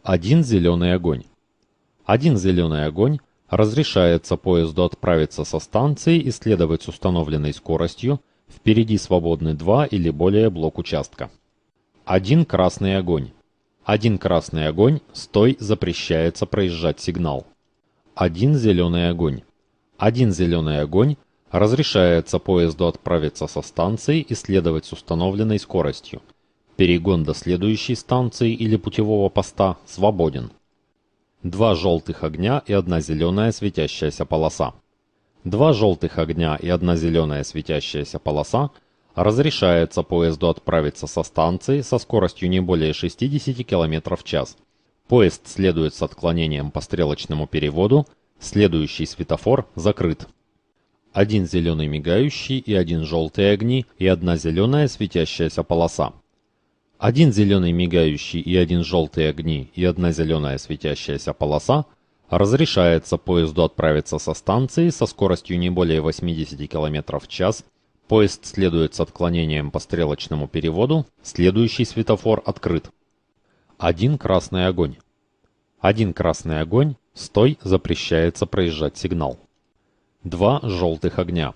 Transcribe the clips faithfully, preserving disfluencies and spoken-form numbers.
Один зеленый огонь. Один зеленый огонь. Разрешается поезду отправиться со станции и следовать с установленной скоростью. Впереди свободны два или более блок участка. Один красный огонь. Один красный огонь. Стой, запрещается проезжать сигнал. Один зеленый огонь. Один зеленый огонь. Разрешается поезду отправиться со станции и следовать с установленной скоростью. Перегон до следующей станции или путевого поста свободен. Два желтых огня и одна зеленая светящаяся полоса. Два желтых огня и одна зеленая светящаяся полоса. Разрешается поезду отправиться со станции со скоростью не более шестидесяти километров в час. Поезд следует с отклонением по стрелочному переводу. Следующий светофор закрыт. Один зеленый мигающий и один желтый огни и одна зеленая светящаяся полоса. Один зеленый мигающий и один желтый огни и одна зеленая светящаяся полоса. Разрешается поезду отправиться со станции со скоростью не более восьмидесяти километров в час. Поезд следует с отклонением по стрелочному переводу. Следующий светофор открыт. Один красный огонь. Один красный огонь. Стой, запрещается проезжать сигнал. Два желтых огня.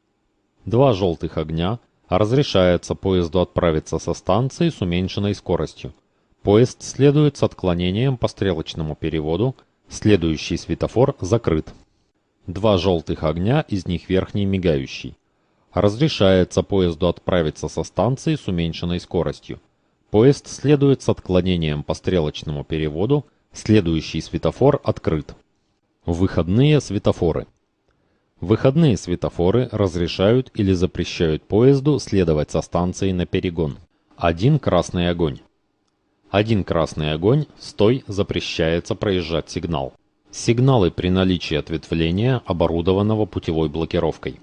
Два желтых огня. Разрешается поезду отправиться со станции с уменьшенной скоростью. Поезд следует с отклонением по стрелочному переводу. Следующий светофор закрыт. Два желтых огня, из них верхний мигающий. Разрешается поезду отправиться со станции с уменьшенной скоростью. Поезд следует с отклонением по стрелочному переводу. Следующий светофор открыт. Выходные светофоры. Выходные светофоры разрешают или запрещают поезду следовать со станции на перегон. Один красный огонь. Один красный огонь. Стой, запрещается проезжать сигнал. Сигналы при наличии ответвления, оборудованного путевой блокировкой.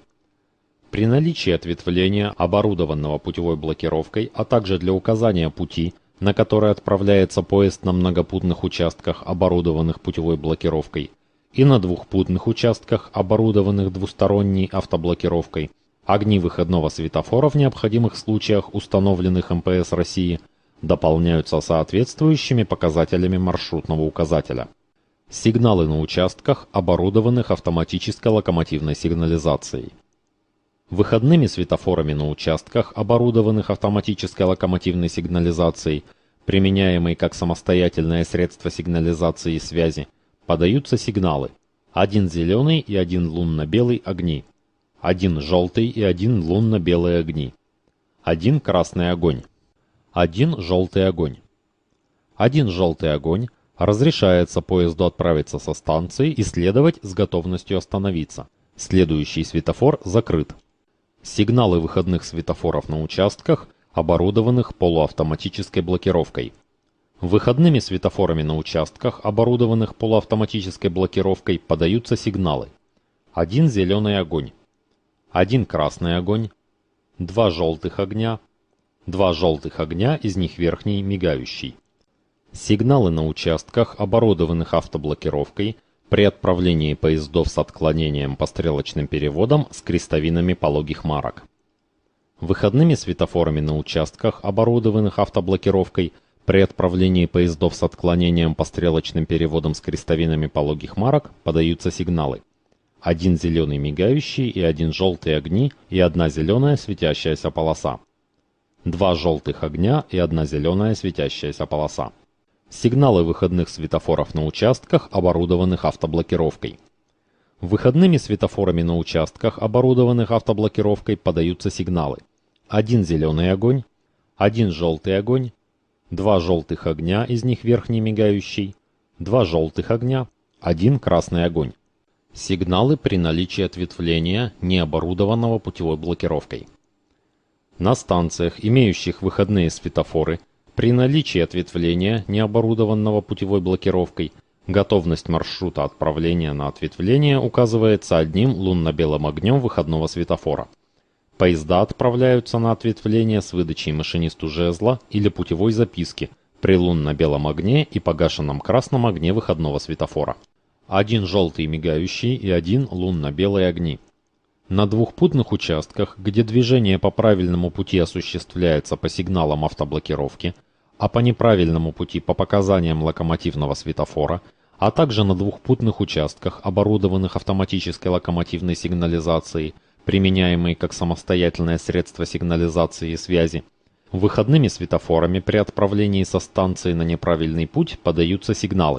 При наличии ответвления, оборудованного путевой блокировкой, а также для указания пути, на который отправляется поезд на многопутных участках, оборудованных путевой блокировкой, и на двухпутных участках, оборудованных двусторонней автоблокировкой, огни выходного светофора в необходимых случаях, установленных эм пэ эс России, дополняются соответствующими показателями маршрутного указателя. Сигналы на участках, оборудованных автоматической локомотивной сигнализацией. Выходными светофорами на участках, оборудованных автоматической локомотивной сигнализацией, применяемой как самостоятельное средство сигнализации и связи, подаются сигналы. Один зеленый и один лунно-белый огни. Один желтый и один лунно-белый огни. Один красный огонь. Один желтый огонь. Один желтый огонь. Разрешается поезду отправиться со станции и следовать с готовностью остановиться. Следующий светофор закрыт. Сигналы выходных светофоров на участках, оборудованных полуавтоматической блокировкой. Выходными светофорами на участках, оборудованных полуавтоматической блокировкой, подаются сигналы. Один зеленый огонь. Один красный огонь. Два желтых огня. Два желтых огня, из них верхний мигающий. Сигналы на участках, оборудованных автоблокировкой, при отправлении поездов с отклонением по стрелочным переводам с крестовинами пологих марок. Выходными светофорами на участках, оборудованных автоблокировкой, при отправлении поездов с отклонением по стрелочным переводам с крестовинами пологих марок подаются сигналы. Один зеленый мигающий и один желтый огни и одна зеленая светящаяся полоса. Два желтых огня и одна зеленая светящаяся полоса. Сигналы выходных светофоров на участках, оборудованных автоблокировкой. Выходными светофорами на участках, оборудованных автоблокировкой, подаются сигналы. Один зеленый огонь, один желтый огонь, два желтых огня, из них верхний мигающий, два желтых огня, один красный огонь. Сигналы при наличии ответвления, не оборудованного путевой блокировкой. На станциях, имеющих выходные светофоры, при наличии ответвления, не оборудованного путевой блокировкой, готовность маршрута отправления на ответвление указывается одним лунно-белым огнем выходного светофора. Поезда отправляются на ответвление с выдачей машинисту жезла или путевой записки при лунно-белом огне и погашенном красном огне выходного светофора. Один желтый мигающий и один лунно-белый огни. На двухпутных участках, где движение по правильному пути осуществляется по сигналам автоблокировки, а по неправильному пути по показаниям локомотивного светофора, а также на двухпутных участках, оборудованных автоматической локомотивной сигнализацией, применяемой как самостоятельное средство сигнализации и связи. Выходными светофорами при отправлении со станции на неправильный путь подаются сигналы.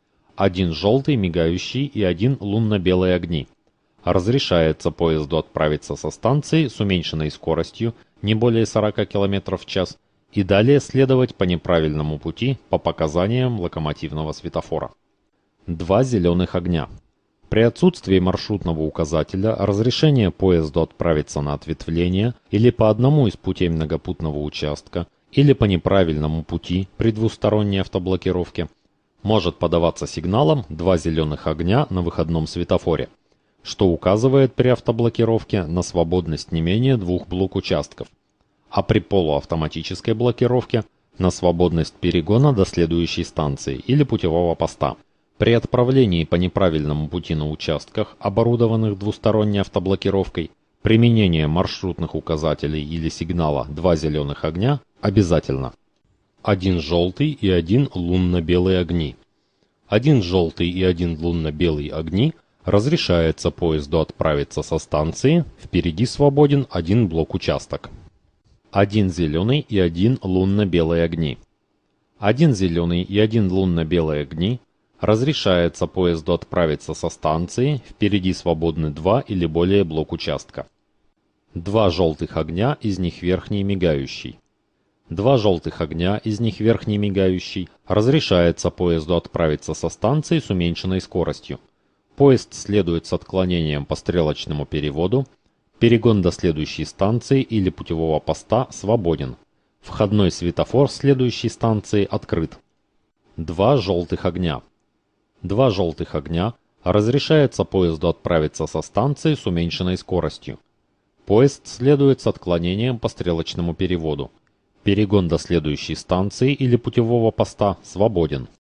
Один желтый мигающий и один лунно-белый огни. Разрешается поезду отправиться со станции с уменьшенной скоростью, не более сорока километров в час, и далее следовать по неправильному пути по показаниям локомотивного светофора. Два зеленых огня. При отсутствии маршрутного указателя разрешение поезду отправиться на ответвление или по одному из путей многопутного участка, или по неправильному пути при двусторонней автоблокировке может подаваться сигналом два зеленых огня на выходном светофоре, что указывает при автоблокировке на свободность не менее двух блок-участков, а при полуавтоматической блокировке на свободность перегона до следующей станции или путевого поста. При отправлении по неправильному пути на участках, оборудованных двусторонней автоблокировкой, применение маршрутных указателей или сигнала два зеленых огня обязательно. Один желтый и один лунно-белый огни. Один желтый и один лунно-белый огни разрешается поезду отправиться со станции, впереди свободен один блок-участок. Один зеленый и один лунно-белый огни. Один зеленый и один лунно-белый огни разрешается поезду отправиться со станции, впереди свободны два или более блок-участка. Два желтых огня, из них верхний мигающий. Два желтых огня, из них верхний мигающий, разрешается поезду отправиться со станции с уменьшенной скоростью. Поезд следует с отклонением по стрелочному переводу. Перегон до следующей станции или путевого поста свободен. Входной светофор следующей станции открыт. Два желтых огня. Два желтых огня разрешается поезду отправиться со станции с уменьшенной скоростью. Поезд следует с отклонением по стрелочному переводу. Перегон до следующей станции или путевого поста свободен.